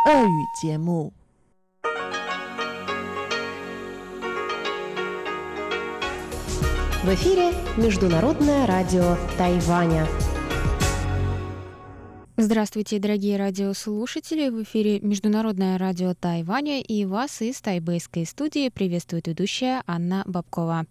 俄语节目。 В эфире Международное радио Тайваня. Здравствуйте, дорогие радиослушатели! В эфире Международное радио Тайваня, и вас из тайбэйской студии приветствует ведущая Анна Бабкова.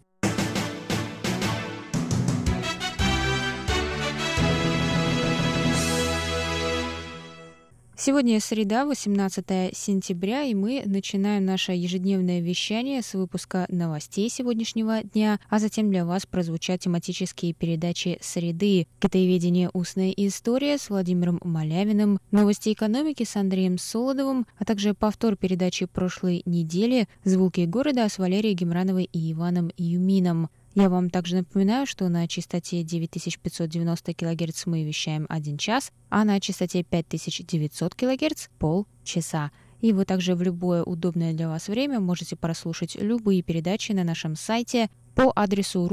Сегодня среда, 18 сентября, и мы начинаем наше ежедневное вещание с выпуска новостей сегодняшнего дня, а затем для вас прозвучат тематические передачи «Среды», «Китаеведение. Устная история» с Владимиром Малявиным, «Новости экономики» с Андреем Солодовым, а также повтор передачи прошлой недели «Звуки города» с Валерией Гемрановой и Иваном Юмином. Я вам также напоминаю, что на частоте 9590 кГц мы вещаем 1 час, а на частоте 5900 кГц – полчаса. И вы также в любое удобное для вас время можете прослушать любые передачи на нашем сайте по адресу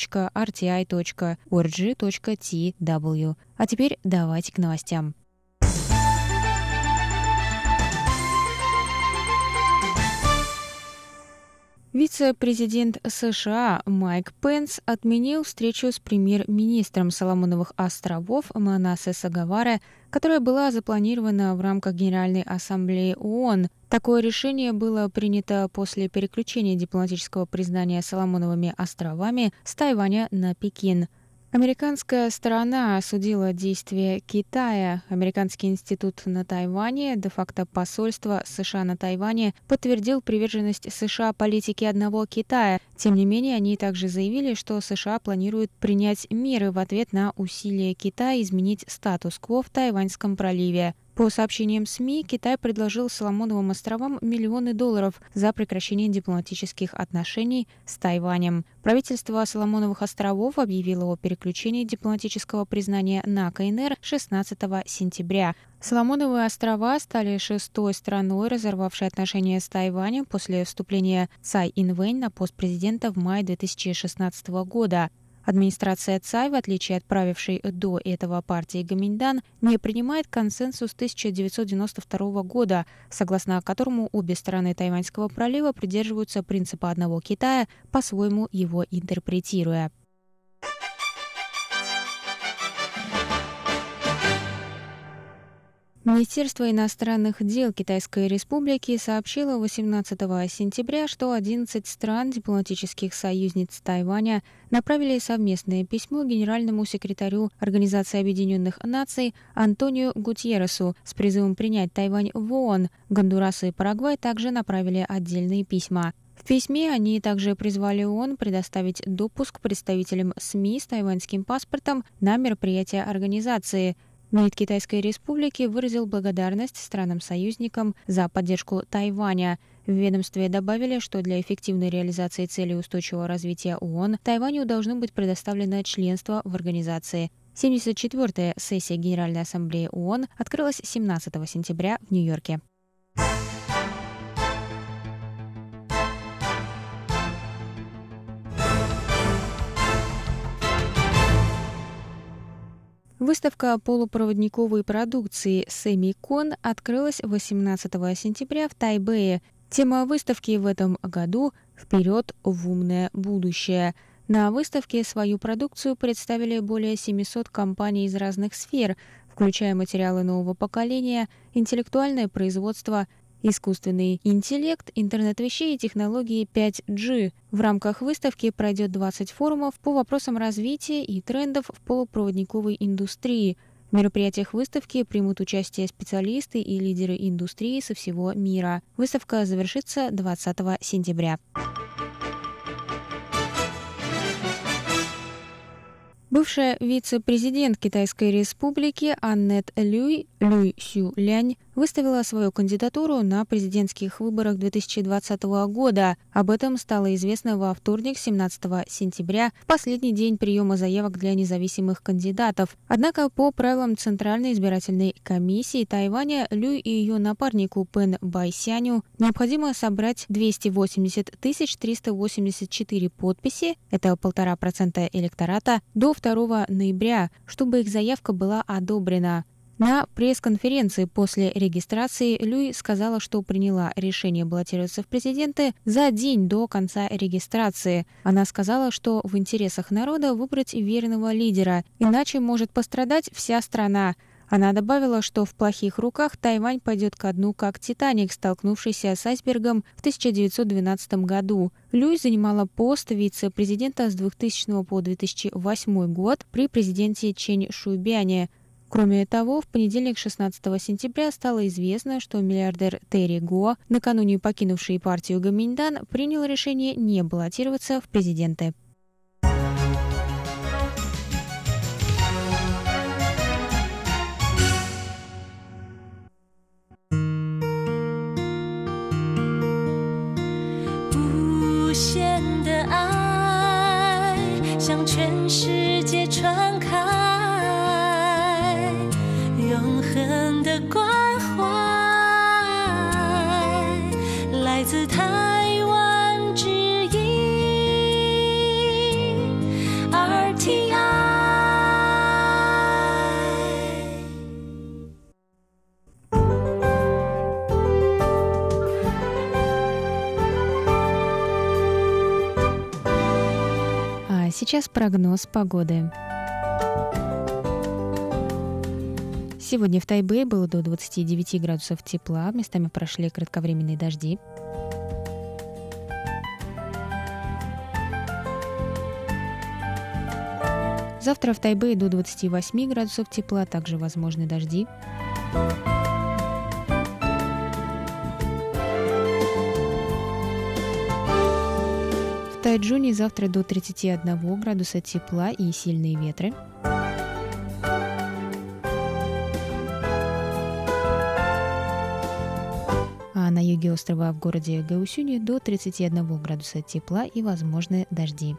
ru.rti.org.tw. А теперь давайте к новостям. Вице-президент США Майк Пенс отменил встречу с премьер-министром Соломоновых островов Манасе Сагаваре, которая была запланирована в рамках Генеральной ассамблеи ООН. Такое решение было принято после переключения дипломатического признания Соломоновыми островами с Тайваня на Пекин. Американская сторона осудила действия Китая. Американский институт на Тайване, де-факто посольство США на Тайване, подтвердил приверженность США политике одного Китая. Тем не менее, они также заявили, что США планируют принять меры в ответ на усилия Китая изменить статус-кво в Тайваньском проливе. По сообщениям СМИ, Китай предложил Соломоновым островам миллионы долларов за прекращение дипломатических отношений с Тайванем. Правительство Соломоновых островов объявило о переключении дипломатического признания на КНР 16 сентября. Соломоновые острова стали 6-й страной, разорвавшей отношения с Тайванем после вступления Цай Инвэнь на пост президента в мае 2016 года. Администрация Цай, в отличие от правившей до этого партии Гоминьдан, не принимает консенсус 1992 года, согласно которому обе стороны Тайваньского пролива придерживаются принципа одного Китая, по-своему его интерпретируя. Министерство иностранных дел Китайской Республики сообщило 18 сентября, что 11 стран дипломатических союзниц Тайваня направили совместное письмо генеральному секретарю Организации Объединенных Наций Антонио Гутьерресу с призывом принять Тайвань в ООН. Гондурас и Парагвай также направили отдельные письма. В письме они также призвали ООН предоставить допуск представителям СМИ с тайваньским паспортом на мероприятия организации. МИД Китайской Республики выразил благодарность странам-союзникам за поддержку Тайваня. В ведомстве добавили, что для эффективной реализации целей устойчивого развития ООН Тайваню должно быть предоставлено членство в организации. 74-я сессия Генеральной ассамблеи ООН открылась 17 сентября в Нью-Йорке. Выставка полупроводниковой продукции «Семикон» открылась 18 сентября в Тайбэе. Тема выставки в этом году «Вперед в умное будущее». На выставке свою продукцию представили более 700 компаний из разных сфер, включая материалы нового поколения, интеллектуальное производство, искусственный интеллект, интернет вещей и технологии 5G. В рамках выставки пройдет 20 форумов по вопросам развития и трендов в полупроводниковой индустрии. В мероприятиях выставки примут участие специалисты и лидеры индустрии со всего мира. Выставка завершится 20 сентября. Бывшая вице-президент Китайской Республики Аннет Люй Сюлянь выставила свою кандидатуру на президентских выборах 2020 года. Об этом стало известно во вторник, 17 сентября, в последний день приема заявок для независимых кандидатов. Однако по правилам Центральной избирательной комиссии Тайваня Люй и ее напарнику Пэн Байсяню необходимо собрать 280 384 подписи, это 1,5% электората, до 2 ноября, чтобы их заявка была одобрена. На пресс-конференции после регистрации Люй сказала, что приняла решение баллотироваться в президенты за день до конца регистрации. Она сказала, что в интересах народа выбрать верного лидера, иначе может пострадать вся страна. Она добавила, что в плохих руках Тайвань пойдет ко дну, как «Титаник», столкнувшийся с айсбергом в 1912 году. Люй занимала пост вице-президента с 2000 по 2008 год при президенте Чэнь Шуйбяне. Кроме того, в понедельник, 16 сентября, стало известно, что миллиардер Терри Го, накануне покинувший партию Гоминьдан, принял решение не баллотироваться в президенты. Сейчас прогноз погоды. Сегодня в Тайбэе было до 29 градусов тепла, местами прошли кратковременные дожди. Завтра в Тайбэе до 28 градусов тепла, также возможны дожди. В Тайчжуне завтра до 31 градуса тепла и сильные ветры. А на юге острова в городе Гаосюне до 31 градуса тепла и возможны дожди.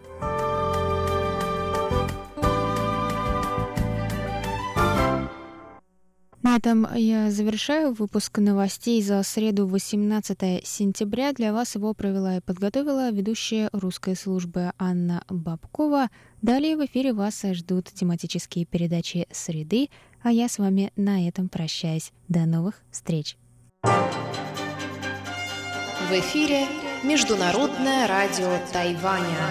На этом я завершаю выпуск новостей за среду, 18 сентября. Для вас его провела и подготовила ведущая русской службы Анна Бабкова. Далее в эфире вас ждут тематические передачи «Среды», а я с вами на этом прощаюсь. До новых встреч! В эфире Международное радио Тайваня.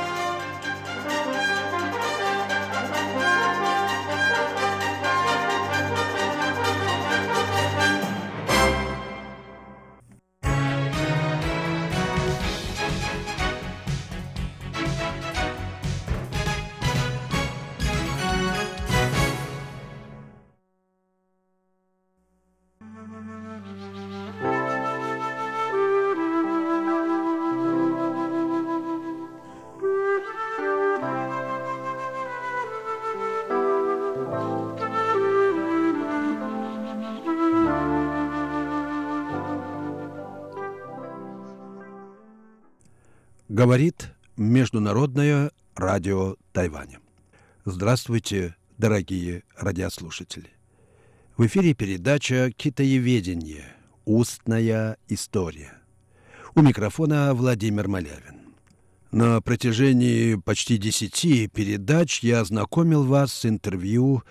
Говорит Международное радио Тайваня. Здравствуйте, дорогие радиослушатели. В эфире передача «Китаеведение. Устная история». У микрофона Владимир Малявин. На протяжении почти 10 передач я ознакомил вас с интервью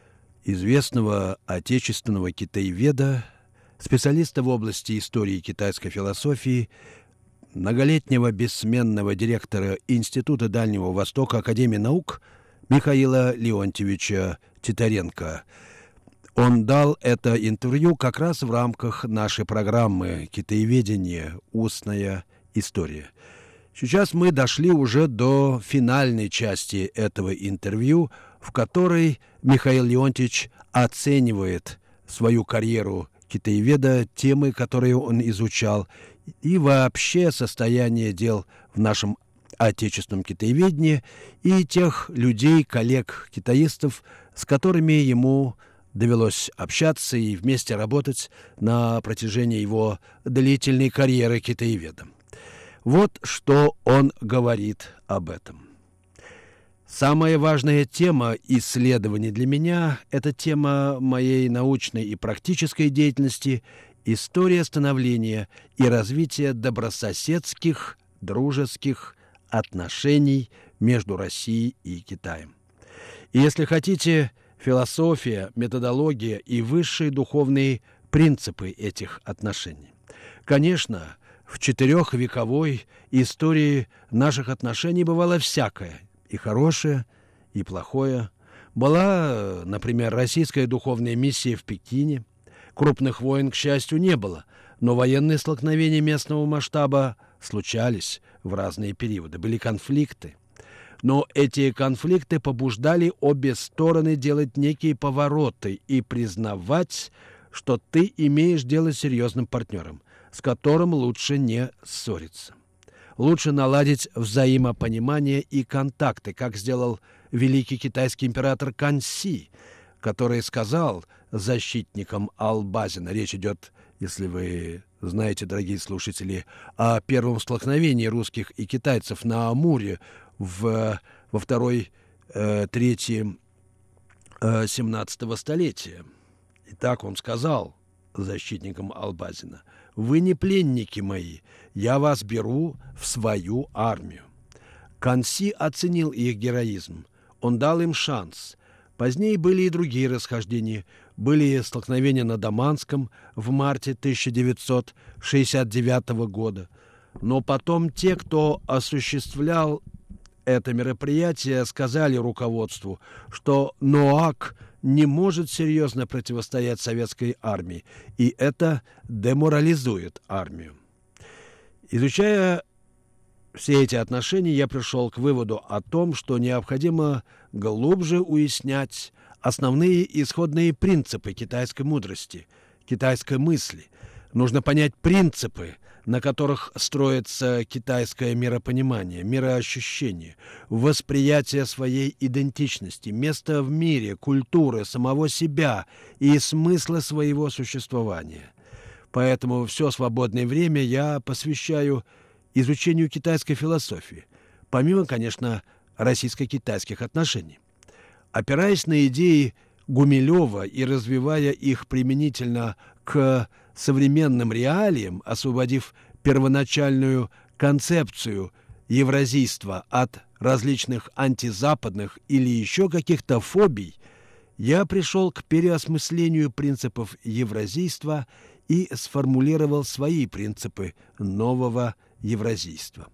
известного отечественного китаеведа, специалиста в области истории китайской философии, многолетнего бессменного директора Института Дальнего Востока Академии наук Михаила Леонтьевича Титаренко. Он дал это интервью как раз в рамках нашей программы «Китаеведение. Устная история». Сейчас мы дошли уже до финальной части этого интервью, в которой Михаил Леонтьевич оценивает свою карьеру китаеведа, темы, которые он изучал, и вообще состояние дел в нашем отечественном китаеведении, и тех людей, коллег-китаистов, с которыми ему довелось общаться и вместе работать на протяжении его длительной карьеры китаеведа. Вот что он говорит об этом. Самая важная тема исследований для меня – это тема моей научной и практической деятельности – история становления и развития добрососедских, дружеских отношений между Россией и Китаем. И если хотите, философия, методология и высшие духовные принципы этих отношений. Конечно, в 4-вековой истории наших отношений бывало всякое, и хорошее, и плохое. Была, например, российская духовная миссия в Пекине. Крупных войн, к счастью, не было, но военные столкновения местного масштаба случались в разные периоды, были конфликты. Но эти конфликты побуждали обе стороны делать некие повороты и признавать, что ты имеешь дело с серьезным партнером, с которым лучше не ссориться. Лучше наладить взаимопонимание и контакты, как сделал великий китайский император Канси, который сказал защитникам Албазина, речь идет, если вы знаете, дорогие слушатели, о первом столкновении русских и китайцев на Амуре во второй трети 17 столетия. Итак, он сказал защитникам Албазина: «Вы не пленники мои, я вас беру в свою армию». Канси оценил их героизм, он дал им шанс. Позднее были и другие расхождения. Были столкновения на Даманском в марте 1969 года. Но потом те, кто осуществлял это мероприятие, сказали руководству, что НОАК не может серьезно противостоять советской армии, и это деморализует армию. Изучая все эти отношения, я пришел к выводу о том, что необходимо глубже уяснять основные исходные принципы китайской мудрости, китайской мысли. Нужно понять принципы, на которых строится китайское миропонимание, мироощущение, восприятие своей идентичности, места в мире, культуры, самого себя и смысла своего существования. Поэтому все свободное время я посвящаю изучению китайской философии, помимо, конечно, российско-китайских отношений. Опираясь на идеи Гумилева и развивая их применительно к современным реалиям, освободив первоначальную концепцию евразийства от различных антизападных или еще каких-то фобий, я пришел к переосмыслению принципов евразийства и сформулировал свои принципы нового евразийства.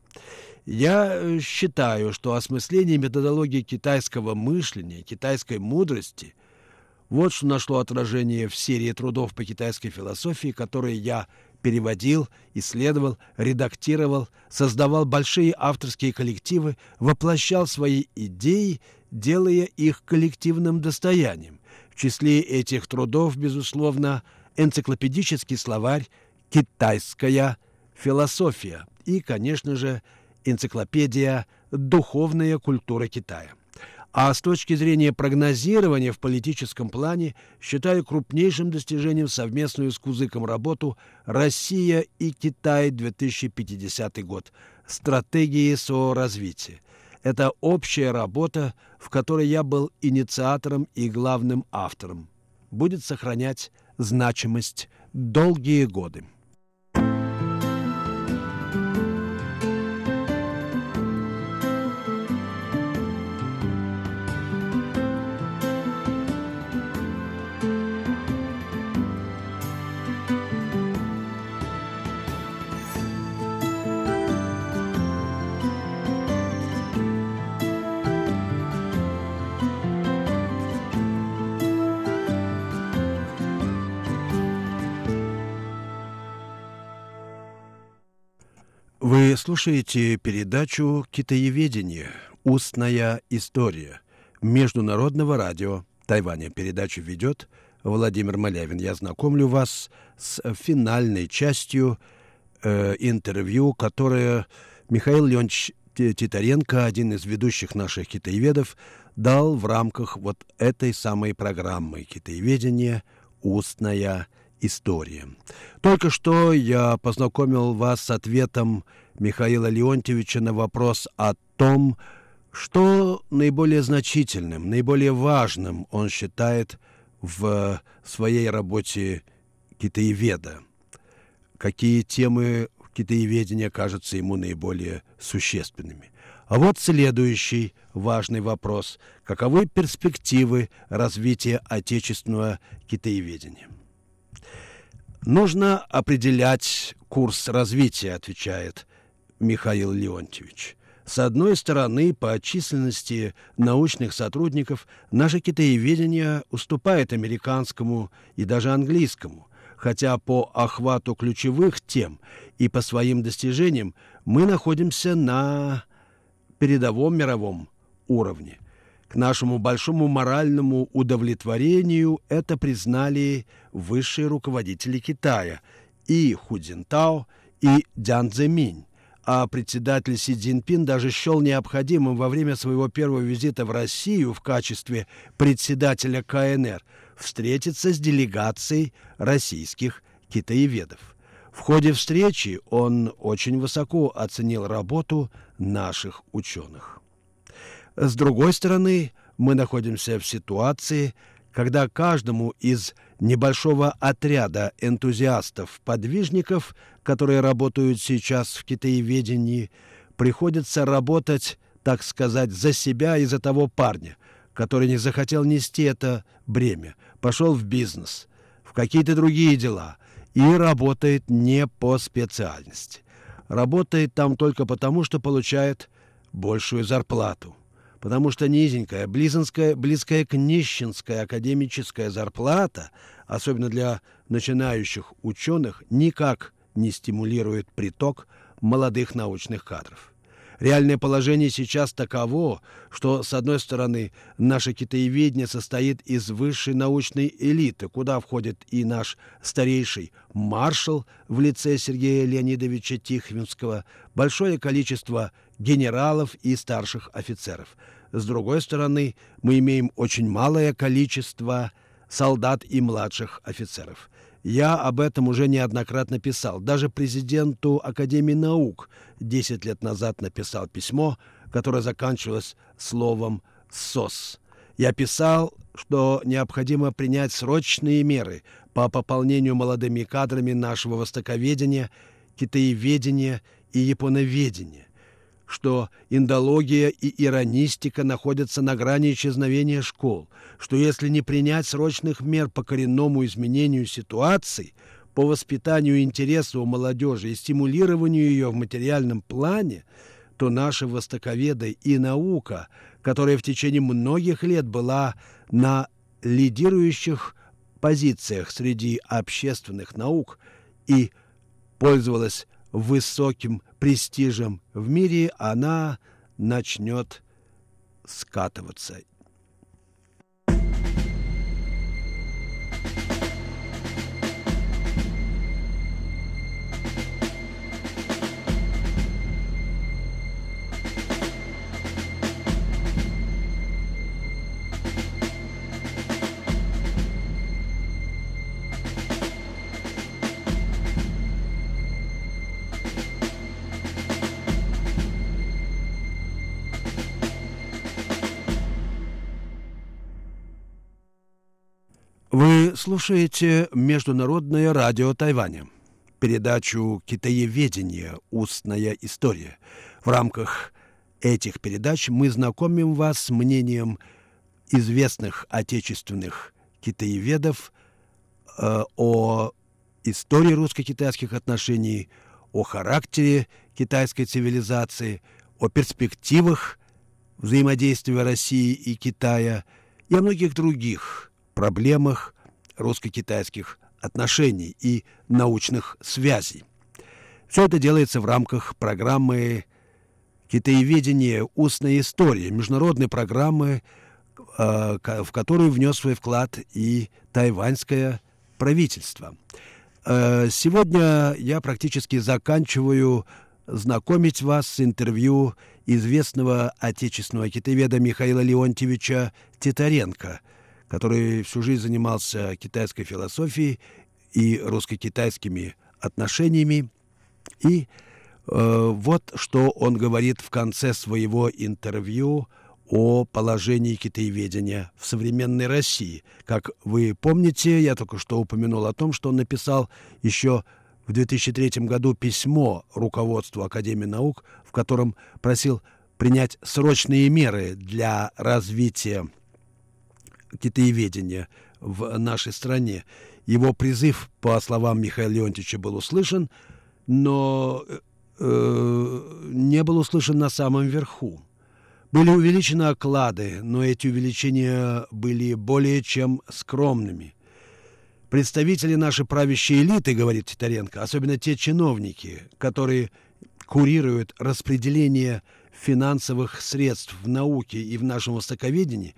Я считаю, что осмысление методологии китайского мышления, китайской мудрости – вот что нашло отражение в серии трудов по китайской философии, которые я переводил, исследовал, редактировал, создавал большие авторские коллективы, воплощал свои идеи, делая их коллективным достоянием. В числе этих трудов, безусловно, энциклопедический словарь «Китайская философия» и, конечно же, энциклопедия «Духовная культура Китая». А с точки зрения прогнозирования в политическом плане считаю крупнейшим достижением совместную с Кузыком работу «Россия и Китай 2050 год. Стратегии соразвития». Это общая работа, в которой я был инициатором и главным автором. Будет сохранять значимость долгие годы. Вы слушаете передачу «Китаеведение. Устная история» Международного радио Тайваня. Передачу ведет Владимир Малявин. Я знакомлю вас с финальной частью интервью, которое Михаил Леонтьевич Титаренко, один из ведущих наших китаеведов, дал в рамках вот этой самой программы «Китаеведение. Устная история». Только что я познакомил вас с ответом Михаила Леонтьевича на вопрос о том, что наиболее значительным, наиболее важным он считает в своей работе китаеведа. Какие темы китаеведения кажутся ему наиболее существенными. А вот следующий важный вопрос. Каковы перспективы развития отечественного китаеведения? Нужно определять курс развития, отвечает Михаил Леонтьевич. С одной стороны, по численности научных сотрудников наше китаеведение уступает американскому и даже английскому, хотя по охвату ключевых тем и по своим достижениям мы находимся на передовом мировом уровне. К нашему большому моральному удовлетворению это признали высшие руководители Китая и Ху Цзиньтао, и Цзян Цзэминь. А председатель Си Цзиньпин даже счел необходимым во время своего первого визита в Россию в качестве председателя КНР встретиться с делегацией российских китаеведов. В ходе встречи он очень высоко оценил работу наших ученых. С другой стороны, мы находимся в ситуации, когда каждому из небольшого отряда энтузиастов-подвижников, которые работают сейчас в китаеведении, приходится работать, так сказать, за себя и за того парня, который не захотел нести это бремя, пошел в бизнес, в какие-то другие дела и работает не по специальности. Работает там только потому, что получает большую зарплату. Потому что низенькая, близкая к нищенской академическая зарплата, особенно для начинающих ученых, никак не стимулирует приток молодых научных кадров. Реальное положение сейчас таково, что, с одной стороны, наше китаеведение состоит из высшей научной элиты, куда входит и наш старейший маршал в лице Сергея Леонидовича Тихвинского, большое количество генералов и старших офицеров. С другой стороны, мы имеем очень малое количество солдат и младших офицеров. Я об этом уже неоднократно писал. Даже президенту Академии наук 10 лет назад написал письмо, которое заканчивалось словом «СОС». Я писал, что необходимо принять срочные меры по пополнению молодыми кадрами нашего востоковедения, китаеведения и японоведения, что индология и иронистика находятся на грани исчезновения школ, что если не принять срочных мер по коренному изменению ситуации, по воспитанию интереса у молодежи и стимулированию ее в материальном плане, то наши востоковеды и наука, которая в течение многих лет была на лидирующих позициях среди общественных наук и пользовалась высоким престижем в мире, она начнет скатываться. Вы слушаете Международное радио Тайваня, передачу «Китаеведение. Устная история». В рамках этих передач мы знакомим вас с мнением известных отечественных китаеведов о истории русско-китайских отношений, о характере китайской цивилизации, о перспективах взаимодействия России и Китая и о многих других проблемах русско-китайских отношений и научных связей. Все это делается в рамках программы «Китаеведение. Устная история», международной программы, в которую внес свой вклад и тайваньское правительство. Сегодня я практически заканчиваю знакомить вас с интервью известного отечественного китаеведа Михаила Леонтьевича Титаренко, который всю жизнь занимался китайской философией и русско-китайскими отношениями. И вот что он говорит в конце своего интервью о положении китаеведения в современной России. Как вы помните, я только что упомянул о том, что он написал еще в 2003 году письмо руководству Академии наук, в котором просил принять срочные меры для развития китаеведения в нашей стране. Его призыв, по словам Михаила Леонтьевича, был услышан, но не был услышан на самом верху. Были увеличены оклады, но эти увеличения были более чем скромными. Представители нашей правящей элиты, говорит Титаренко, особенно те чиновники, которые курируют распределение финансовых средств в науке и в нашем востоковедении,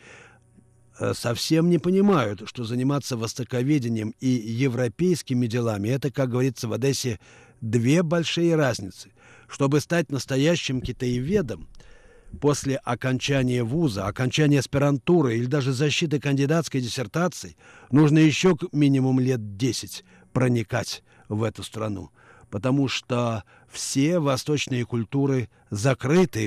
совсем не понимают, что заниматься востоковедением и европейскими делами – это, как говорится в Одессе, две большие разницы. Чтобы стать настоящим китаеведом, после окончания вуза, окончания аспирантуры или даже защиты кандидатской диссертации нужно еще минимум лет 10 проникать в эту страну, потому что все восточные культуры – закрытые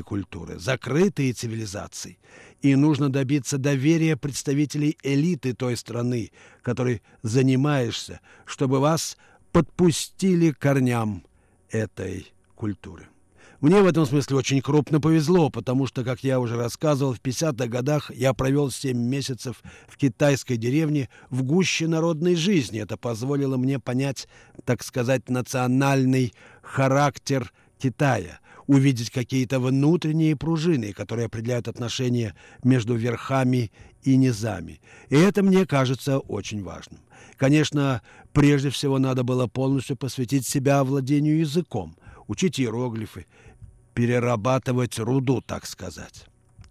цивилизации, и нужно добиться доверия представителей элиты той страны, которой занимаешься, чтобы вас подпустили к корням этой культуры. Мне в этом смысле очень крупно повезло, потому что, как я уже рассказывал, в 50-х годах я провел 7 месяцев в китайской деревне в гуще народной жизни. Это позволило мне понять, так сказать, национальный характер Китая, увидеть какие-то внутренние пружины, которые определяют отношения между верхами и низами. И это, мне кажется, очень важным. Конечно, прежде всего надо было полностью посвятить себя овладению языком, учить иероглифы, перерабатывать руду, так сказать.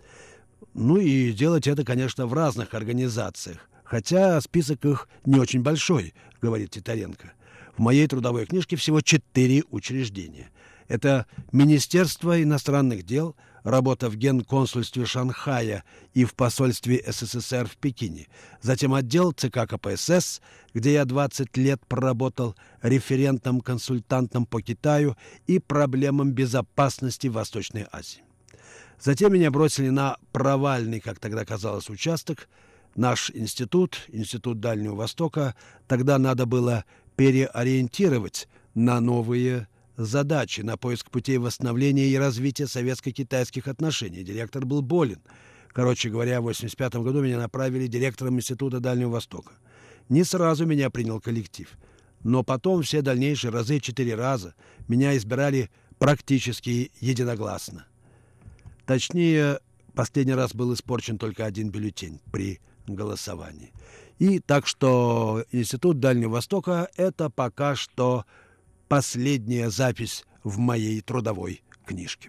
Ну и делать это, конечно, в разных организациях, хотя список их не очень большой, говорит Титаренко. В моей трудовой книжке всего 4 учреждения. Это Министерство иностранных дел, работа в Генконсульстве Шанхая и в посольстве СССР в Пекине. Затем отдел ЦК КПСС, где я 20 лет проработал референтом-консультантом по Китаю и проблемам безопасности в Восточной Азии. Затем меня бросили на провальный, как тогда казалось, участок. Наш институт, Институт Дальнего Востока, тогда надо было переориентировать на новые задачи, на поиск путей восстановления и развития советско-китайских отношений. Директор был болен. Короче говоря, в 1985 году меня направили директором Института Дальнего Востока. Не сразу меня принял коллектив, но потом все дальнейшие разы, 4 раза, меня избирали практически единогласно. Точнее, последний раз был испорчен только 1 бюллетень при голосовании. И так что Институт Дальнего Востока – это пока что последняя запись в моей трудовой книжке.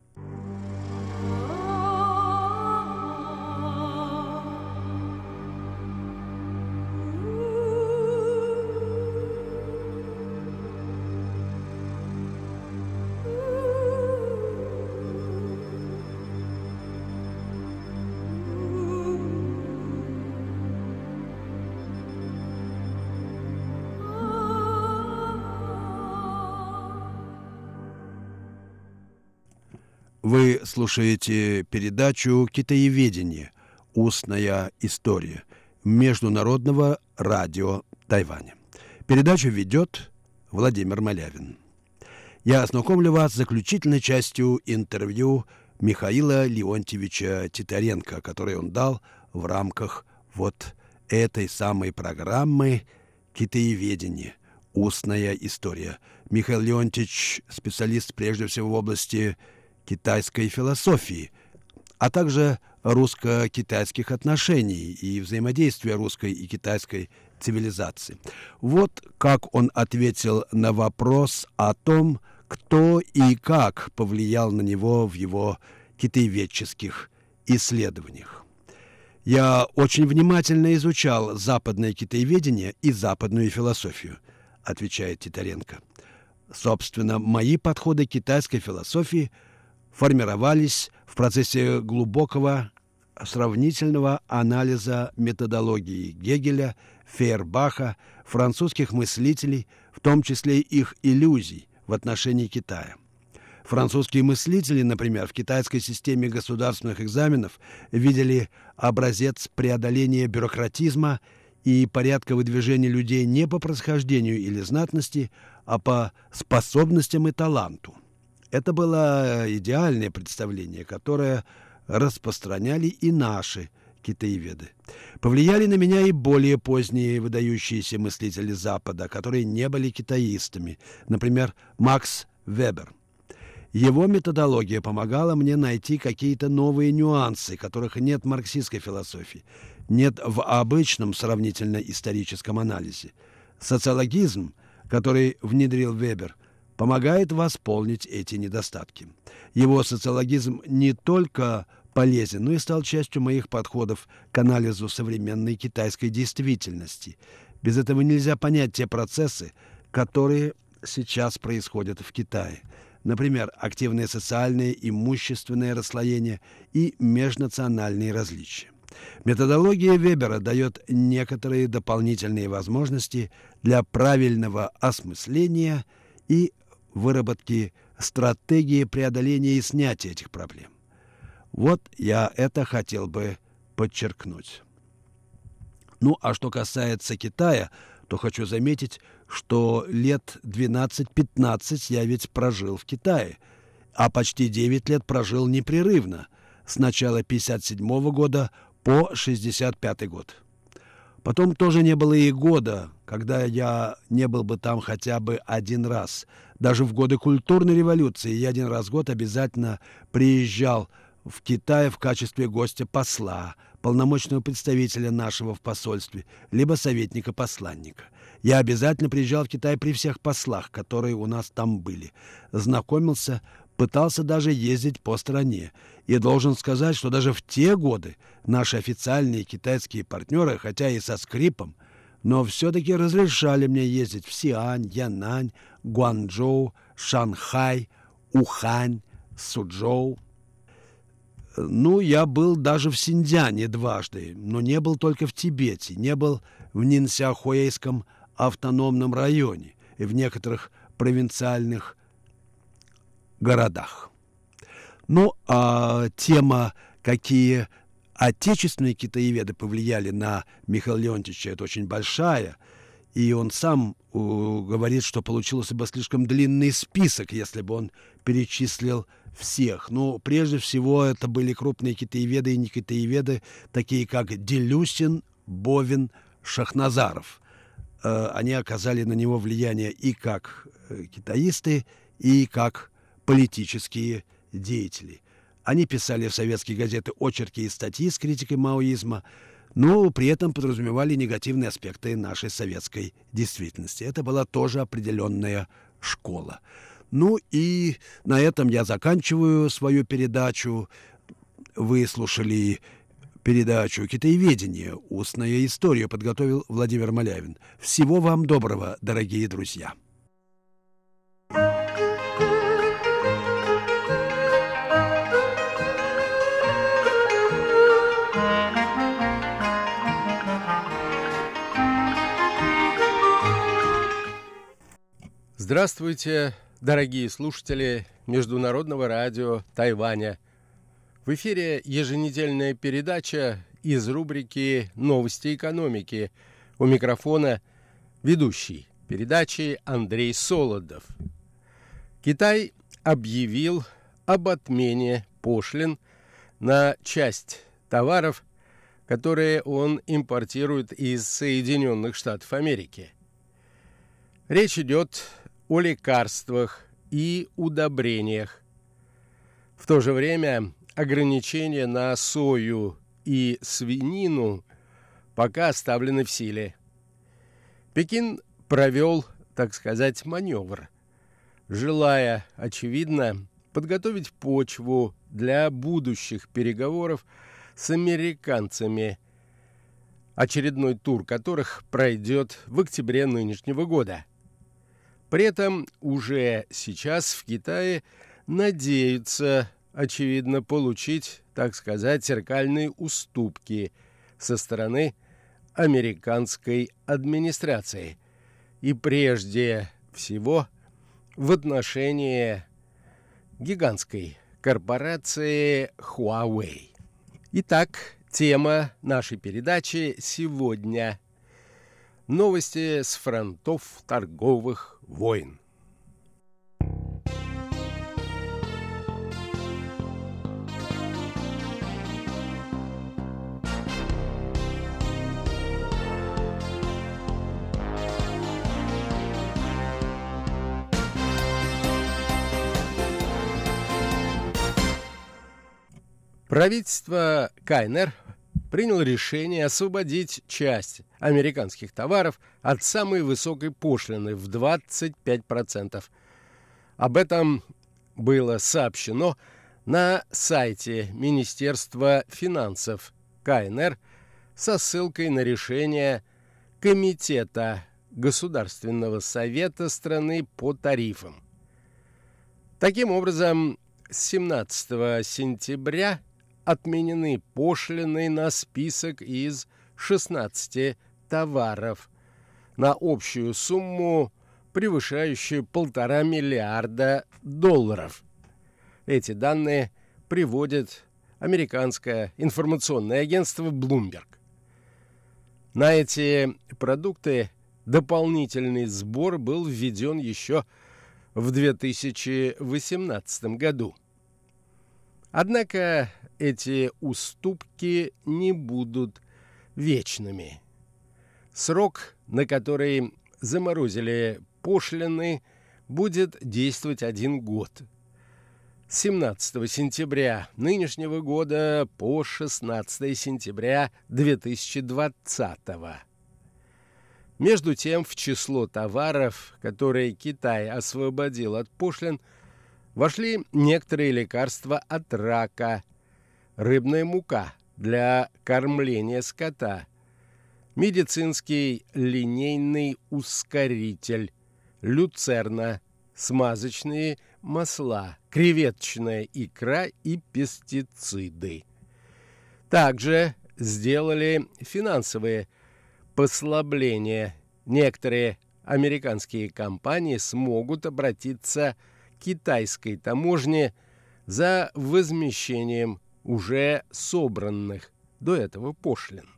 Вы слушаете передачу «Китаеведение. Устная история» Международного радио Тайваня. Передачу ведет Владимир Малявин. Я ознакомлю вас с заключительной частью интервью Михаила Леонтьевича Титаренко, которое он дал в рамках вот этой самой программы «Китаеведение. Устная история». Михаил Леонтьевич – специалист прежде всего в области китайской философии, а также русско-китайских отношений и взаимодействия русской и китайской цивилизации. Вот как он ответил на вопрос о том, кто и как повлиял на него в его китаеведческих исследованиях. «Я очень внимательно изучал западное китаеведение и западную философию», отвечает Титаренко. «Собственно, мои подходы к китайской философии формировались в процессе глубокого сравнительного анализа методологии Гегеля, Фейербаха, французских мыслителей, в том числе их иллюзий в отношении Китая. Французские мыслители, например, в китайской системе государственных экзаменов видели образец преодоления бюрократизма и порядка выдвижения людей не по происхождению или знатности, а по способностям и таланту. Это было идеальное представление, которое распространяли и наши китаеведы. Повлияли на меня и более поздние выдающиеся мыслители Запада, которые не были китаистами, например, Макс Вебер. Его методология помогала мне найти какие-то новые нюансы, которых нет в марксистской философии, нет в обычном сравнительно-историческом анализе. Социологизм, который внедрил Вебер, помогает восполнить эти недостатки. Его социологизм не только полезен, но и стал частью моих подходов к анализу современной китайской действительности. Без этого нельзя понять те процессы, которые сейчас происходят в Китае. Например, активное социальное, имущественное расслоение и межнациональные различия. Методология Вебера дает некоторые дополнительные возможности для правильного осмысления и выработки стратегии преодоления и снятия этих проблем. Вот я это хотел бы подчеркнуть. Ну, а что касается Китая, то хочу заметить, что лет 12-15 я ведь прожил в Китае, а почти 9 лет прожил непрерывно, с начала 1957 года по 1965 год. Потом тоже не было и года, когда я не был бы там хотя бы один раз. Даже в годы культурной революции я один раз в год обязательно приезжал в Китай в качестве гостя-посла, полномочного представителя нашего в посольстве, либо советника-посланника. Я обязательно приезжал в Китай при всех послах, которые у нас там были. Знакомился, пытался даже ездить по стране. И должен сказать, что даже в те годы наши официальные китайские партнеры, хотя и со скрипом, но все-таки разрешали мне ездить в Сиань, Янань, Гуанчжоу, Шанхай, Ухань, Суджоу. Ну, я был даже в Синьцзяне дважды, но не был только в Тибете, не был в Нинсяхуэйском автономном районе и в некоторых провинциальных городах. Ну, а тема, какие отечественные китаеведы повлияли на Михаила Леонтьевича, это очень большая, и он сам говорит, что получился бы слишком длинный список, если бы он перечислил всех. Но прежде всего это были крупные китаеведы и не китаеведы, такие как Делюсин, Бовин, Шахназаров. Они оказали на него влияние и как китаисты, и как политические деятели. Они писали в советские газеты очерки и статьи с критикой маоизма, но при этом подразумевали негативные аспекты нашей советской действительности. Это была тоже определенная школа. Ну и на этом я заканчиваю свою передачу. Вы слушали передачу «Китаеведение. Устная история». Подготовил Владимир Малявин. Всего вам доброго, дорогие друзья. Здравствуйте, дорогие слушатели Международного радио Тайваня. В эфире еженедельная передача из рубрики «Новости экономики». У микрофона ведущий передачи Андрей Солодов. Китай объявил об отмене пошлин на часть товаров, которые он импортирует из Соединенных Штатов Америки. Речь идет о лекарствах и удобрениях. В то же время ограничения на сою и свинину пока оставлены в силе. Пекин провел, так сказать, маневр, желая, очевидно, подготовить почву для будущих переговоров с американцами, очередной тур которых пройдет в октябре нынешнего года. При этом уже сейчас в Китае надеются, очевидно, получить, так сказать, зеркальные уступки со стороны американской администрации. И прежде всего в отношении гигантской корпорации Huawei. Итак, тема нашей передачи сегодня – новости с фронтов торговых войн. Правительство КНР приняло решение освободить часть американских товаров от самой высокой пошлины в 25%. Об этом было сообщено на сайте Министерства финансов КНР со ссылкой на решение Комитета Государственного совета страны по тарифам. Таким образом, с 17 сентября отменены пошлины на список из 16 товаров на общую сумму, превышающую $1,5 миллиарда. Эти данные приводит американское информационное агентство Bloomberg. На эти продукты дополнительный сбор был введен еще в 2018 году. Однако эти уступки не будут вечными. Срок, на который заморозили пошлины, будет действовать 1 год. С 17 сентября нынешнего года по 16 сентября 2020. Между тем, в число товаров, которые Китай освободил от пошлин, вошли некоторые лекарства от рака, рыбная мука для кормления скота, медицинский линейный ускоритель, люцерна, смазочные масла, креветочная икра и пестициды. Также сделали финансовые послабления. Некоторые американские компании смогут обратиться к китайской таможне за возмещением уже собранных до этого пошлин.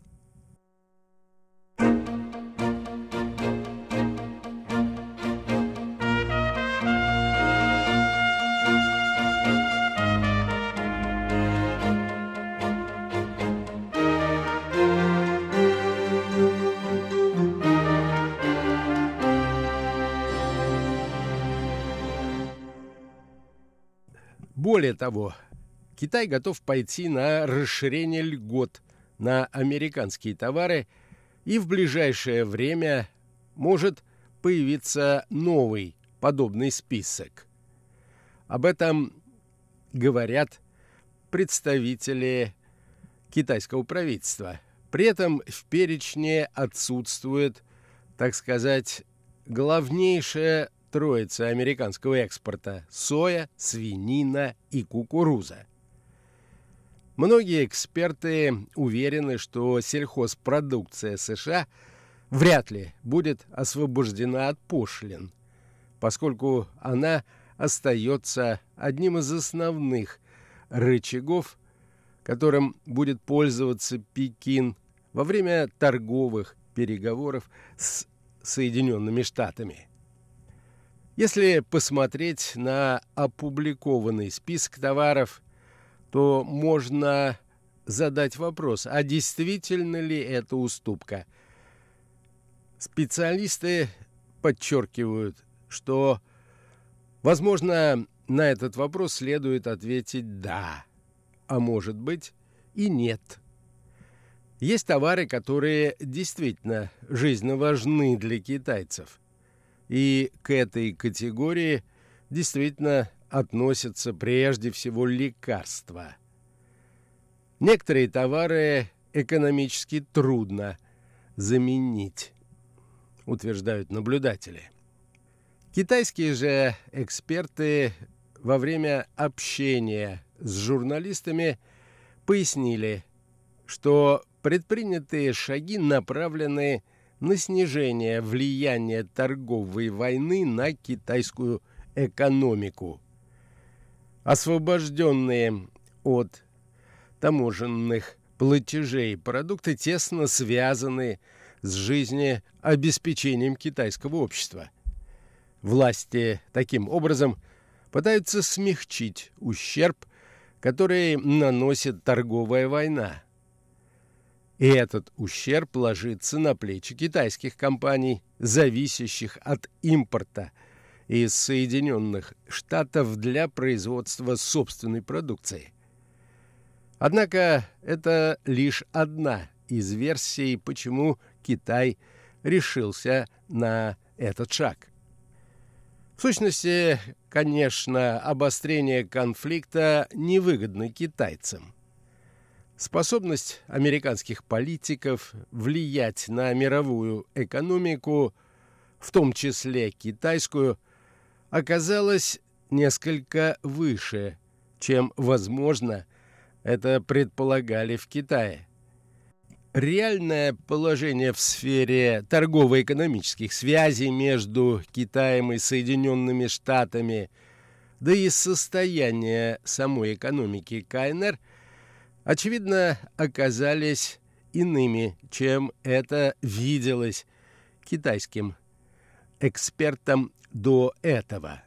Более того, Китай готов пойти на расширение льгот на американские товары, и в ближайшее время может появиться новый подобный список. Об этом говорят представители китайского правительства. При этом в перечне отсутствует, так сказать, главнейшая троица американского экспорта – соя, свинина и кукуруза. Многие эксперты уверены, что сельхозпродукция США вряд ли будет освобождена от пошлин, поскольку она остается одним из основных рычагов, которым будет пользоваться Пекин во время торговых переговоров с Соединенными Штатами. Если посмотреть на опубликованный список товаров, то можно задать вопрос, а действительно ли это уступка? Специалисты подчеркивают, что, возможно, на этот вопрос следует ответить «да», а может быть и «нет». Есть товары, которые действительно жизненно важны для китайцев. И к этой категории действительно относятся прежде всего лекарства. Некоторые товары экономически трудно заменить, утверждают наблюдатели. Китайские же эксперты во время общения с журналистами пояснили, что предпринятые шаги направлены на снижение влияния торговой войны на китайскую экономику. Освобожденные от таможенных платежей продукты тесно связаны с жизнеобеспечением китайского общества. Власти таким образом пытаются смягчить ущерб, который наносит торговая война. И этот ущерб ложится на плечи китайских компаний, зависящих от импорта из Соединенных Штатов для производства собственной продукции. Однако это лишь одна из версий, почему Китай решился на этот шаг. В сущности, конечно, обострение конфликта невыгодно китайцам. Способность американских политиков влиять на мировую экономику, в том числе китайскую, оказалась несколько выше, чем, возможно, это предполагали в Китае. Реальное положение в сфере торгово-экономических связей между Китаем и Соединенными Штатами, да и состояние самой экономики КНР, очевидно, оказались иными, чем это виделось китайским экспертам до этого.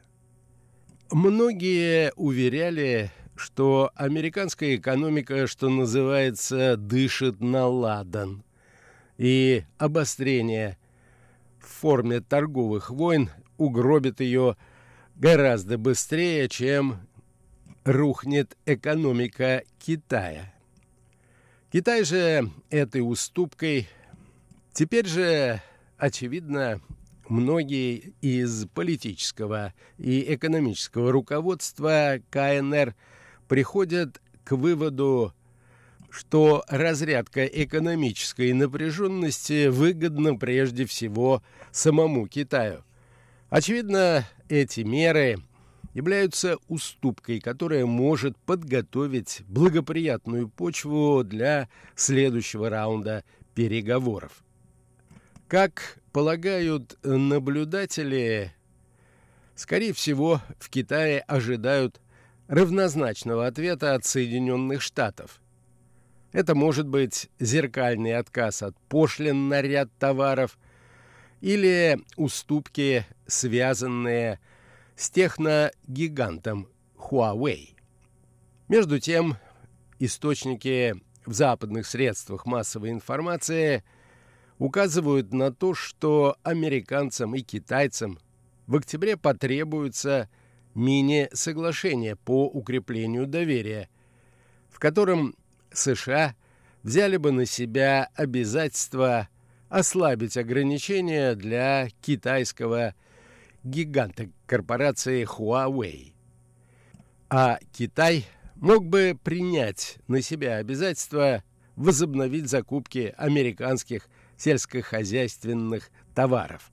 Многие уверяли, что американская экономика, что называется, дышит на ладан, и обострение в форме торговых войн угробит ее гораздо быстрее, чем рухнет экономика Китая. Китай же этой уступкой теперь же, очевидно, многие из политического и экономического руководства КНР приходят к выводу, что разрядка экономической напряженности выгодна прежде всего самому Китаю. Очевидно, эти меры являются уступкой, которая может подготовить благоприятную почву для следующего раунда переговоров. Как полагают наблюдатели, скорее всего, в Китае ожидают равнозначного ответа от Соединенных Штатов. Это может быть зеркальный отказ от пошлин на ряд товаров или уступки, связанные с техногигантом Huawei. Между тем, источники в западных средствах массовой информации указывают на то, что американцам и китайцам в октябре потребуется мини-соглашение по укреплению доверия, в котором США взяли бы на себя обязательство ослабить ограничения для китайского гиганта корпорации Huawei. А Китай мог бы принять на себя обязательство возобновить закупки американских сельскохозяйственных товаров.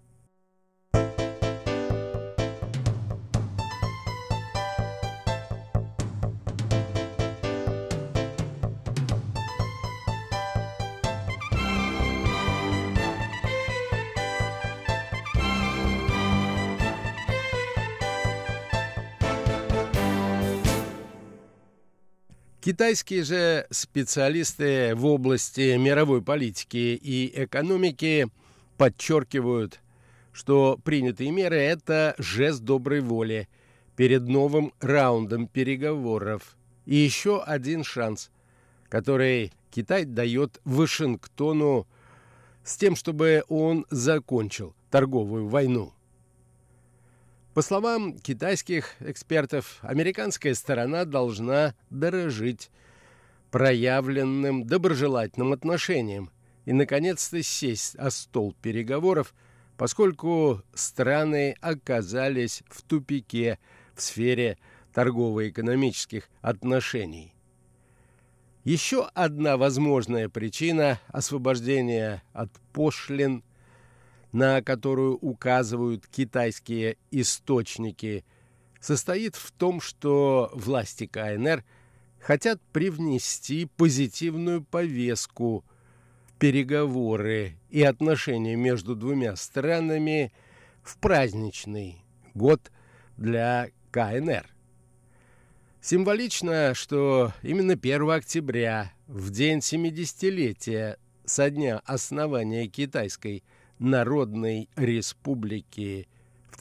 Китайские же специалисты в области мировой политики и экономики подчеркивают, что принятые меры – это жест доброй воли перед новым раундом переговоров и еще один шанс, который Китай дает Вашингтону с тем, чтобы он закончил торговую войну. По словам китайских экспертов, американская сторона должна дорожить проявленным доброжелательным отношением и, наконец-то, сесть за стол переговоров, поскольку страны оказались в тупике в сфере торгово-экономических отношений. Еще одна возможная причина освобождения от пошлин, на которую указывают китайские источники, состоит в том, что власти КНР хотят привнести позитивную повестку в переговоры и отношения между двумя странами в праздничный год для КНР. Символично, что именно 1 октября, в день 70-летия со дня основания Китайской Народной Республики в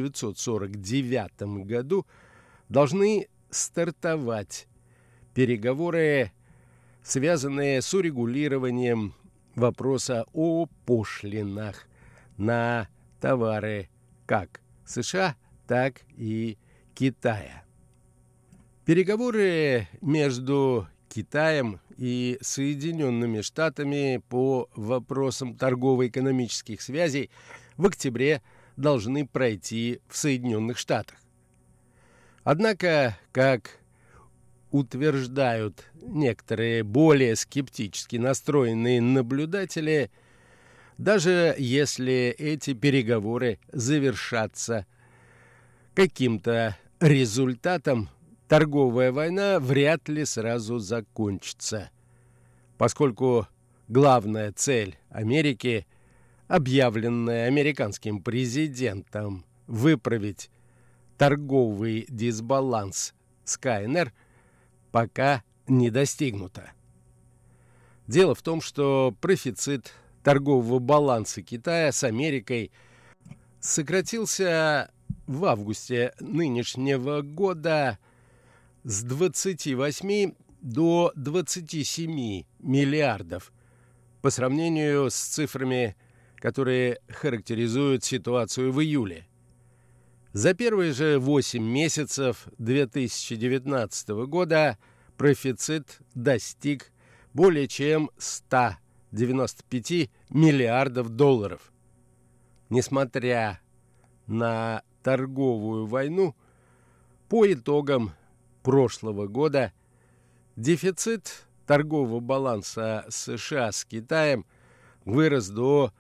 1949 году, должны стартовать переговоры, связанные с урегулированием вопроса о пошлинах на товары как США, так и Китая. Переговоры между Китаем и Соединенными Штатами по вопросам торгово-экономических связей в октябре должны пройти в Соединенных Штатах. Однако, как утверждают некоторые более скептически настроенные наблюдатели, даже если эти переговоры завершатся каким-то результатом, торговая война вряд ли сразу закончится, поскольку главная цель Америки, объявленная американским президентом, выправить торговый дисбаланс с КНР, пока не достигнута. Дело в том, что профицит торгового баланса Китая с Америкой сократился в августе нынешнего года с 28 до 27 миллиардов по сравнению с цифрами, которые характеризуют ситуацию в июле. За первые же 8 месяцев 2019 года профицит достиг более чем 195 миллиардов долларов. Несмотря на торговую войну, по итогам прошлого года дефицит торгового баланса США с Китаем вырос до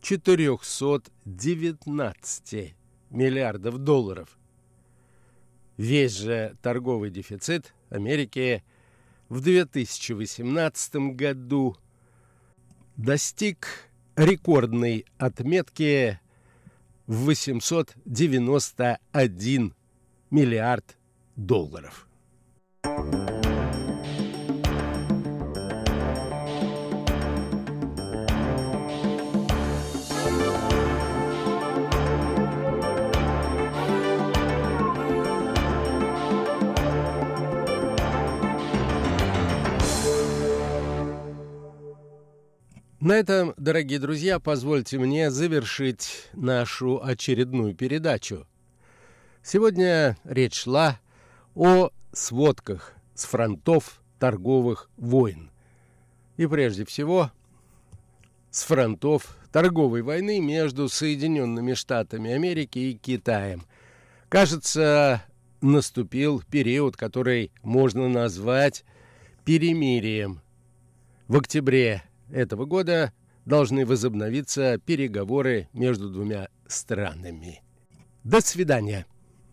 419 миллиардов долларов. Весь же торговый дефицит Америки в 2018 году достиг рекордной отметки в 891 миллиард долларов. На этом, дорогие друзья, позвольте мне завершить нашу очередную передачу. Сегодня речь шла о сводках с фронтов торговых войн. И прежде всего с фронтов торговой войны между Соединенными Штатами Америки и Китаем. Кажется, наступил период, который можно назвать перемирием. В октябре этого года должны возобновиться переговоры между двумя странами. До свидания.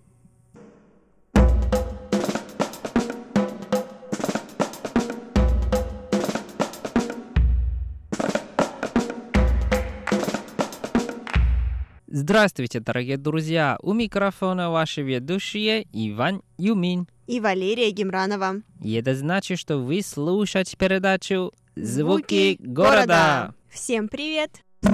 Здравствуйте, дорогие друзья! У микрофона ваши ведущие Иван Юмин и Валерия Гемранова. И это значит, что вы слушаете передачу «Звуки города». Всем привет!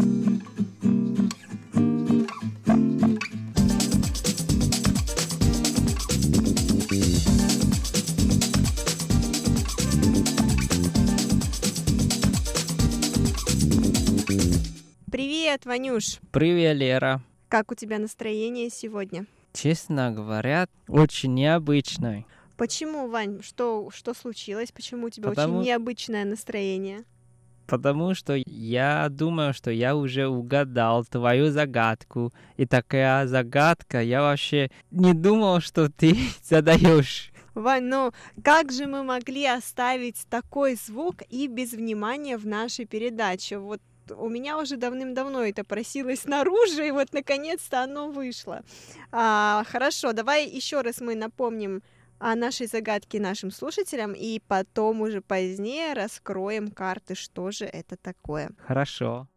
Привет, Ванюш! Привет, Лера! Как у тебя настроение сегодня? Честно говоря, очень необычное. Почему, Вань? Что случилось? Почему у тебя очень необычное настроение? Потому что я думаю, что я уже угадал твою загадку. И такая загадка, я вообще не думал, что ты задаешь. Вань, ну как же мы могли оставить такой звук и без внимания в нашей передаче? Вот у меня уже давным-давно это просилось наружу, и вот наконец-то оно вышло. Хорошо, давай еще раз мы напомним о нашей загадке нашим слушателям, и потом уже позднее раскроем карты, что же это такое. Хорошо.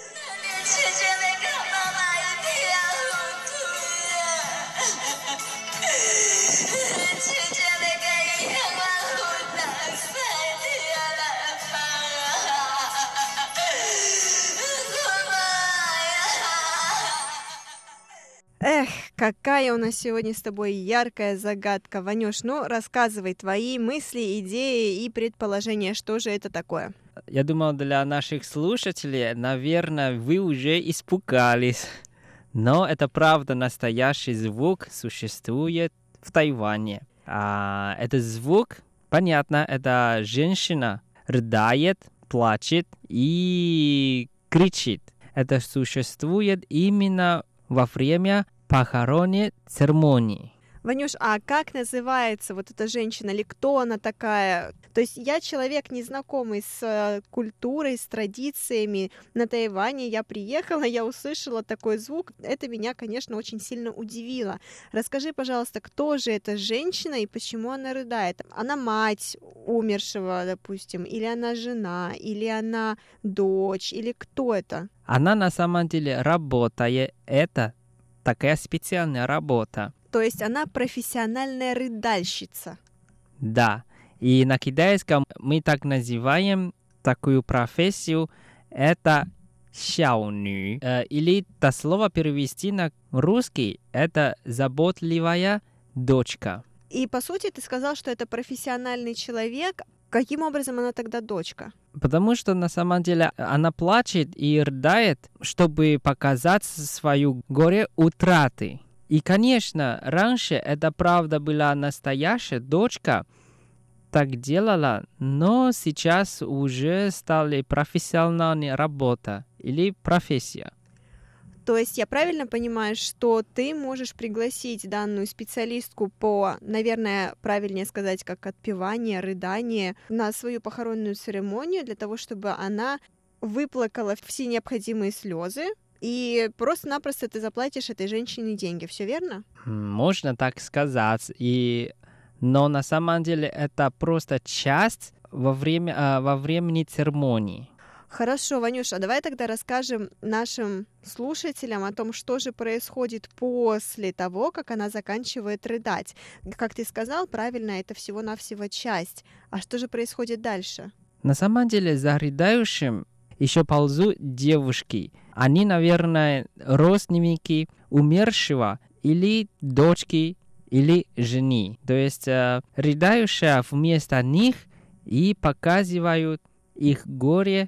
Эх, какая у нас сегодня с тобой яркая загадка, Ванюш. Ну, рассказывай твои мысли, идеи и предположения, что же это такое. Я думал, для наших слушателей, наверное, вы уже испугались. Но это правда, настоящий звук существует в Тайване. Этот звук понятно, это женщина рыдает, плачет и кричит. Это существует именно во время похоронной церемонии. Ванюш, а как называется вот эта женщина, или кто она такая? То есть я человек, незнакомый с культурой, с традициями на Тайване, я приехала, я услышала такой звук, это меня, конечно, очень сильно удивило. Расскажи, пожалуйста, кто же эта женщина и почему она рыдает? Она мать умершего, допустим, или она жена, или она дочь, или кто это? Она на самом деле работает, это такая специальная работа. То есть она профессиональная рыдальщица. Да, и на китайском мы так называем такую профессию, это сяоню. Или это слово перевести на русский, это заботливая дочка. И по сути ты сказал, что это профессиональный человек. Каким образом она тогда дочка? Потому что на самом деле она плачет и рыдает, чтобы показать свою горе утраты. И, конечно, раньше это правда была настоящая дочка, так делала, но сейчас уже стали профессиональная работа или профессия. То есть я правильно понимаю, что ты можешь пригласить данную специалистку по, наверное, правильнее сказать, как отпевание, рыдание, на свою похоронную церемонию для того, чтобы она выплакала все необходимые слезы, и просто-напросто ты заплатишь этой женщине деньги, все верно? Можно так сказать, но на самом деле это просто часть во времени церемонии. Хорошо, Ванюша, давай тогда расскажем нашим слушателям о том, что же происходит после того, как она заканчивает рыдать. Как ты сказал, правильно, это всего-навсего часть. А что же происходит дальше? На самом деле за рыдающим еще ползут девушки. Они, наверное, родственники умершего или дочки, или жены. То есть рыдающая вместо них и показывают их горе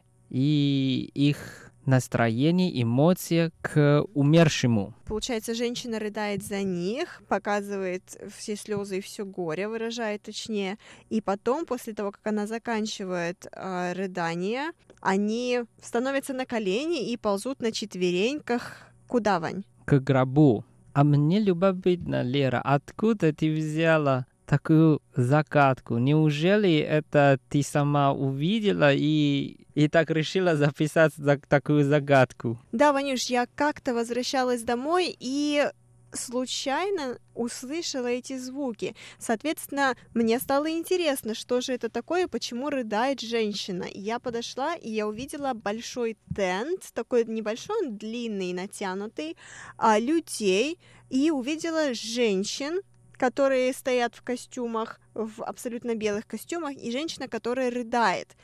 и их настроение, эмоции к умершему. Получается, женщина рыдает за них, показывает все слезы и все горе, выражает точнее, и потом, после того, как она заканчивает рыдание, они становятся на колени и ползут на четвереньках. Куда, Вань? К гробу. А мне любопытно, Лера, откуда ты взяла такую загадку? Неужели это ты сама увидела и так решила записать такую загадку? Да, Ванюш, я как-то возвращалась домой и случайно услышала эти звуки. Соответственно, мне стало интересно, что же это такое, почему рыдает женщина. Я подошла, и я увидела большой тент, такой небольшой, он длинный, натянутый, людей, и увидела женщин, которые стоят в костюмах, в абсолютно белых костюмах, и женщина, которая рыдает.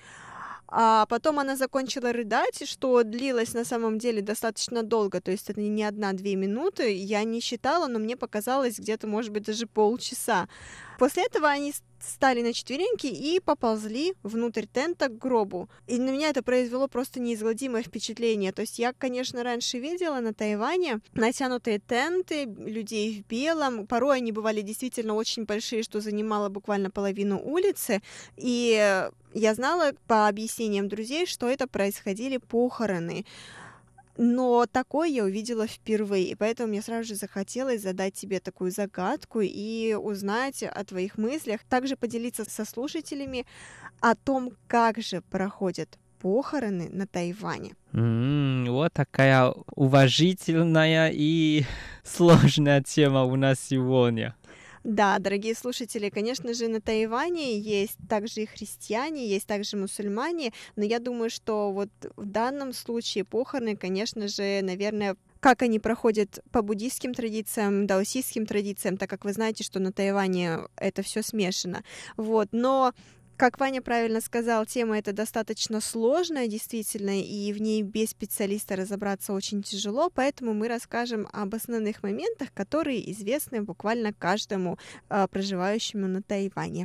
А потом она закончила рыдать, что длилось на самом деле достаточно долго, то есть это не 1-2 минуты, я не считала, но мне показалось где-то, может быть, даже полчаса. После этого они стали на четвереньки и поползли внутрь тента к гробу. И на меня это произвело просто неизгладимое впечатление. То есть я, конечно, раньше видела на Тайване натянутые тенты, людей в белом. Порой они бывали действительно очень большие, что занимало буквально половину улицы. И я знала по объяснениям друзей, что это происходили похороны. Но такое я увидела впервые, и поэтому мне сразу же захотелось задать тебе такую загадку и узнать о твоих мыслях, также поделиться со слушателями о том, как же проходят похороны на Тайване. Вот такая уважительная и сложная тема у нас сегодня. Да, дорогие слушатели, конечно же, на Тайване есть также и христиане, есть также мусульмане, но я думаю, что вот в данном случае похороны, конечно же, наверное, как они проходят по буддийским традициям, даосистским традициям, так как вы знаете, что на Тайване это все смешано. Вот, но как Ваня правильно сказал, тема эта достаточно сложная, действительно, и в ней без специалиста разобраться очень тяжело, поэтому мы расскажем об основных моментах, которые известны буквально каждому проживающему на Тайване.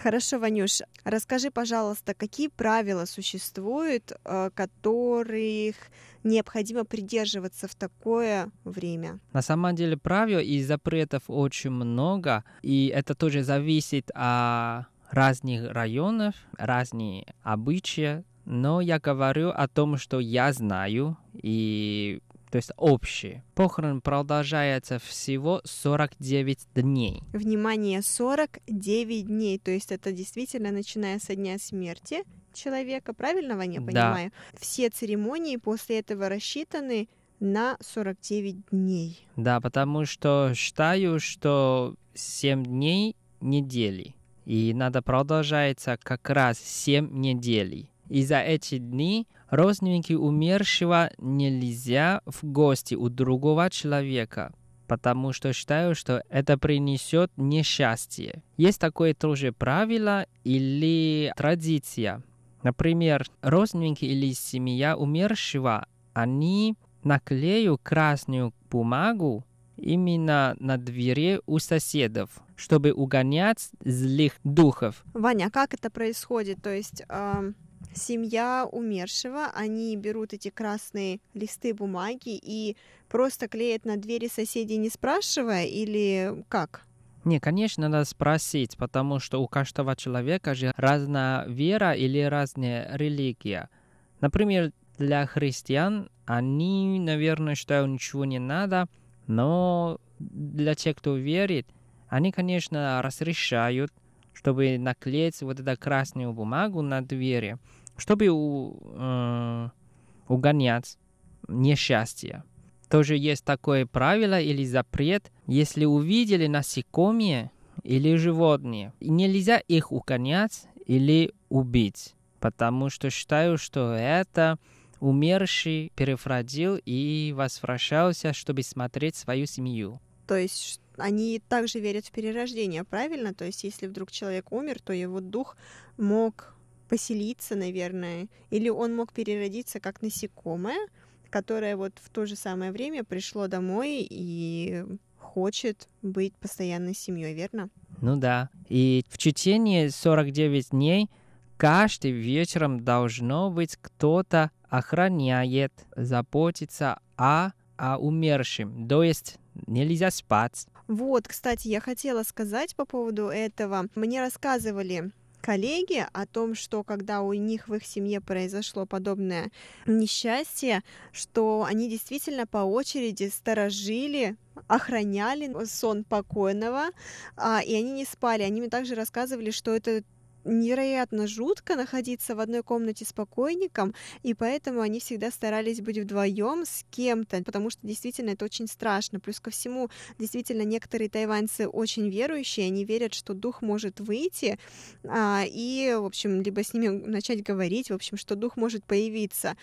Хорошо, Ванюш, расскажи, пожалуйста, какие правила существуют, которых необходимо придерживаться в такое время? На самом деле правил и запретов очень много, и это тоже зависит от разных районов, разные обычаи. Но я говорю о том, что я знаю, и то есть общее. Похорон продолжается всего 49 дней. Внимание, 49 дней, то есть это действительно начиная со дня смерти человека, правильно, Ваня, понимаю? Да. Все церемонии после этого рассчитаны на 49 дней. Да, потому что считаю, что 7 дней недели, и надо продолжаться как раз 7 недель. И за эти дни родственники умершего нельзя в гости у другого человека, потому что считаю, что это принесет несчастье. Есть такое тоже правило или традиция. Например, родственники или семья умершего, они наклеют красную бумагу именно на двери у соседов, чтобы угонять злых духов. Ваня, а как это происходит? То есть семья умершего, они берут эти красные листы бумаги и просто клеят на двери соседей, не спрашивая, или как? Не, конечно, надо спросить, потому что у каждого человека же разная вера или разная религия. Например, для христиан они, наверное, считают, ничего не надо, но для тех, кто верит, они, конечно, разрешают, чтобы наклеить вот эту красную бумагу на двери, чтобы угонять несчастье. Тоже есть такое правило или запрет, если увидели насекомые или животные, нельзя их угонять или убить, потому что считаю, что это умерший переходил и возвращался, чтобы смотреть свою семью. То есть они также верят в перерождение, правильно? То есть если вдруг человек умер, то его дух мог поселиться, наверное, или он мог переродиться как насекомое, которое вот в то же самое время пришло домой и хочет быть постоянной семьей, верно? Ну да. И в течение 49 дней каждый вечером должно быть кто-то охраняет, заботится о умершем. То есть нельзя спать. Вот, кстати, я хотела сказать по поводу этого. Мне рассказывали коллеги о том, что когда у них в их семье произошло подобное несчастье, что они действительно по очереди сторожили, охраняли сон покойного, и они не спали. Они мне также рассказывали, что это невероятно жутко находиться в одной комнате с покойником, и поэтому они всегда старались быть вдвоем с кем-то, потому что действительно это очень страшно. Плюс ко всему, действительно, некоторые тайваньцы очень верующие, они верят, что дух может выйти, и, в общем, либо с ними начать говорить, в общем, что дух может появиться.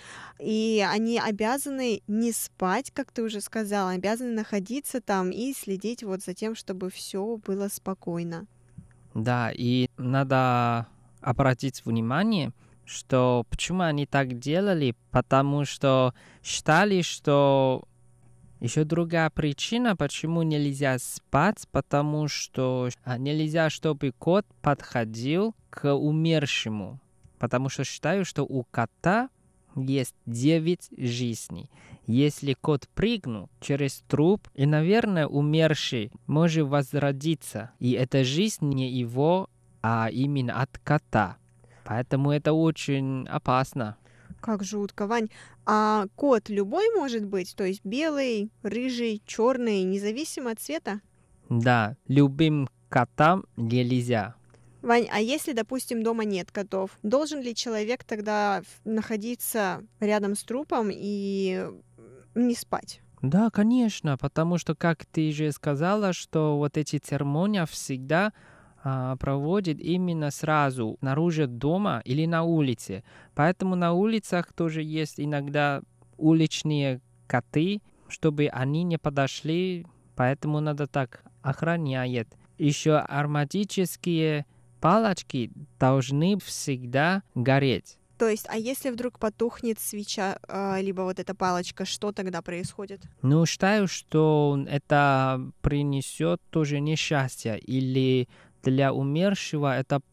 И они обязаны не спать, как ты уже сказала, обязаны находиться там и следить вот за тем, чтобы все было спокойно. Да, и надо обратить внимание, что почему они так делали, потому что считали, что еще другая причина, почему нельзя спать, потому что нельзя, чтобы кот подходил к умершему, потому что считаю, что у кота есть 9 жизней. Если кот прыгнул через труп, и, наверное, умерший может возродиться. И эта жизнь не его, а именно от кота. Поэтому это очень опасно. Как жутко, Вань. А кот любой может быть? То есть белый, рыжий, черный, независимо от цвета? Да, любым котам нельзя. Вань, а если, допустим, дома нет котов, должен ли человек тогда находиться рядом с трупом и не спать? Да, конечно, потому что, как ты же сказала, что вот эти церемонии всегда проводят именно сразу снаружи дома или на улице. Поэтому на улицах тоже есть иногда уличные коты, чтобы они не подошли, поэтому надо так охранять. Еще ароматические палочки должны всегда гореть. То есть, а если вдруг потухнет свеча, либо вот эта палочка, что тогда происходит? Ну, считаю, что это принесет тоже несчастье. Или для умершего это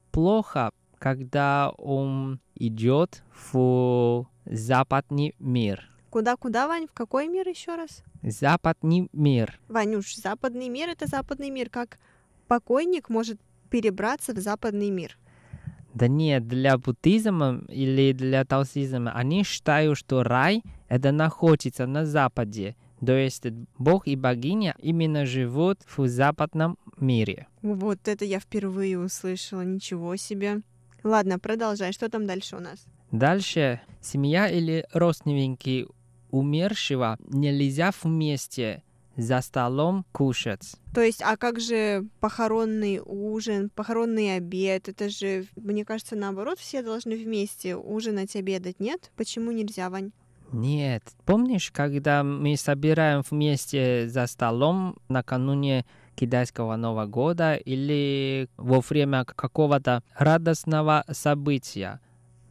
плохо, когда он идет в западный мир. Куда, Вань? В какой мир еще раз? Западный мир. Ванюш, западный мир — это западный мир. Как покойник может перебраться в западный мир? Да нет, для буддизма или для таоизма они считают, что рай это находится на западе. То есть Бог и богиня именно живут в западном мире. Вот это я впервые услышала. Ничего себе. Ладно, продолжай. Что там дальше у нас? Дальше семья или родственники умершего нельзя вместе за столом кушать. То есть, а как же похоронный ужин, похоронный обед? Это же, мне кажется, наоборот, все должны вместе ужинать, обедать, нет? Почему нельзя, Вань? Нет. Помнишь, когда мы собираем вместе за столом накануне китайского Нового года или во время какого-то радостного события?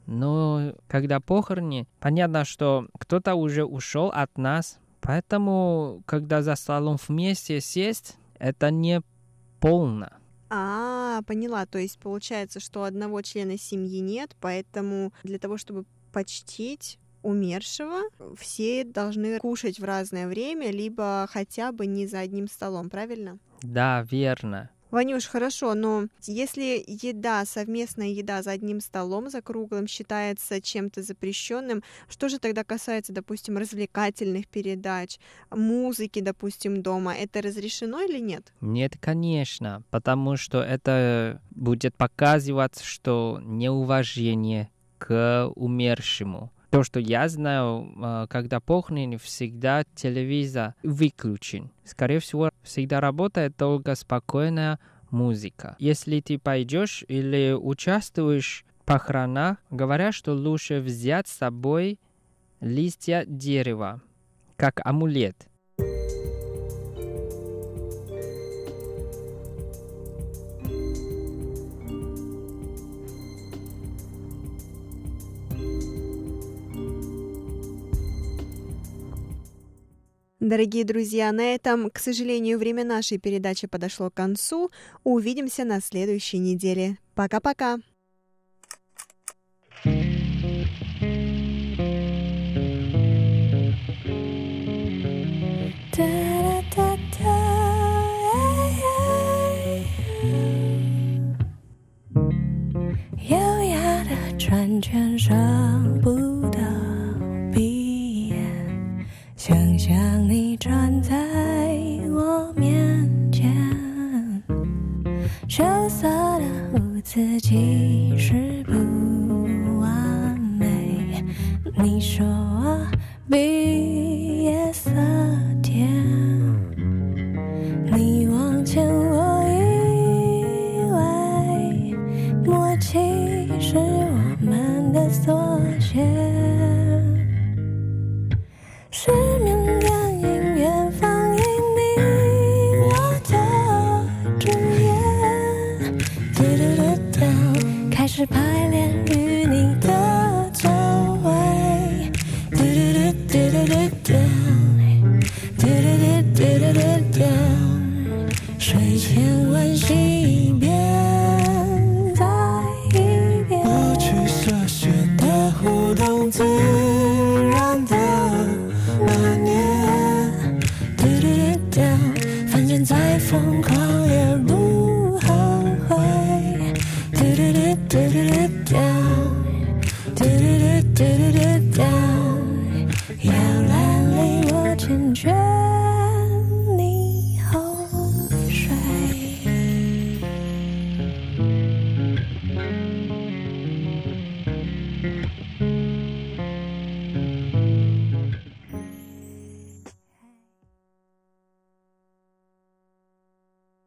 Но когда похороны, понятно, что кто-то уже ушел от нас, поэтому, когда за столом вместе сесть, это не полно. Поняла. То есть получается, что одного члена семьи нет, поэтому для того, чтобы почтить умершего, все должны кушать в разное время, либо хотя бы не за одним столом, правильно? Да, верно. Ванюш, хорошо, но если совместная еда за одним столом, за круглым, считается чем-то запрещенным, что же тогда касается, допустим, развлекательных передач, музыки, допустим, дома? Это разрешено или нет? Нет, конечно, потому что это будет показывать, что неуважение к умершему. То, что я знаю, когда похороны, всегда телевизор выключен. Скорее всего, всегда работает только спокойная музыка. Если ты пойдешь или участвуешь в похоронах, говорят, что лучше взять с собой листья дерева, как амулет. Дорогие друзья, на этом, к сожалению, время нашей передачи подошло к концу. Увидимся на следующей неделе. Пока-пока! Yeah.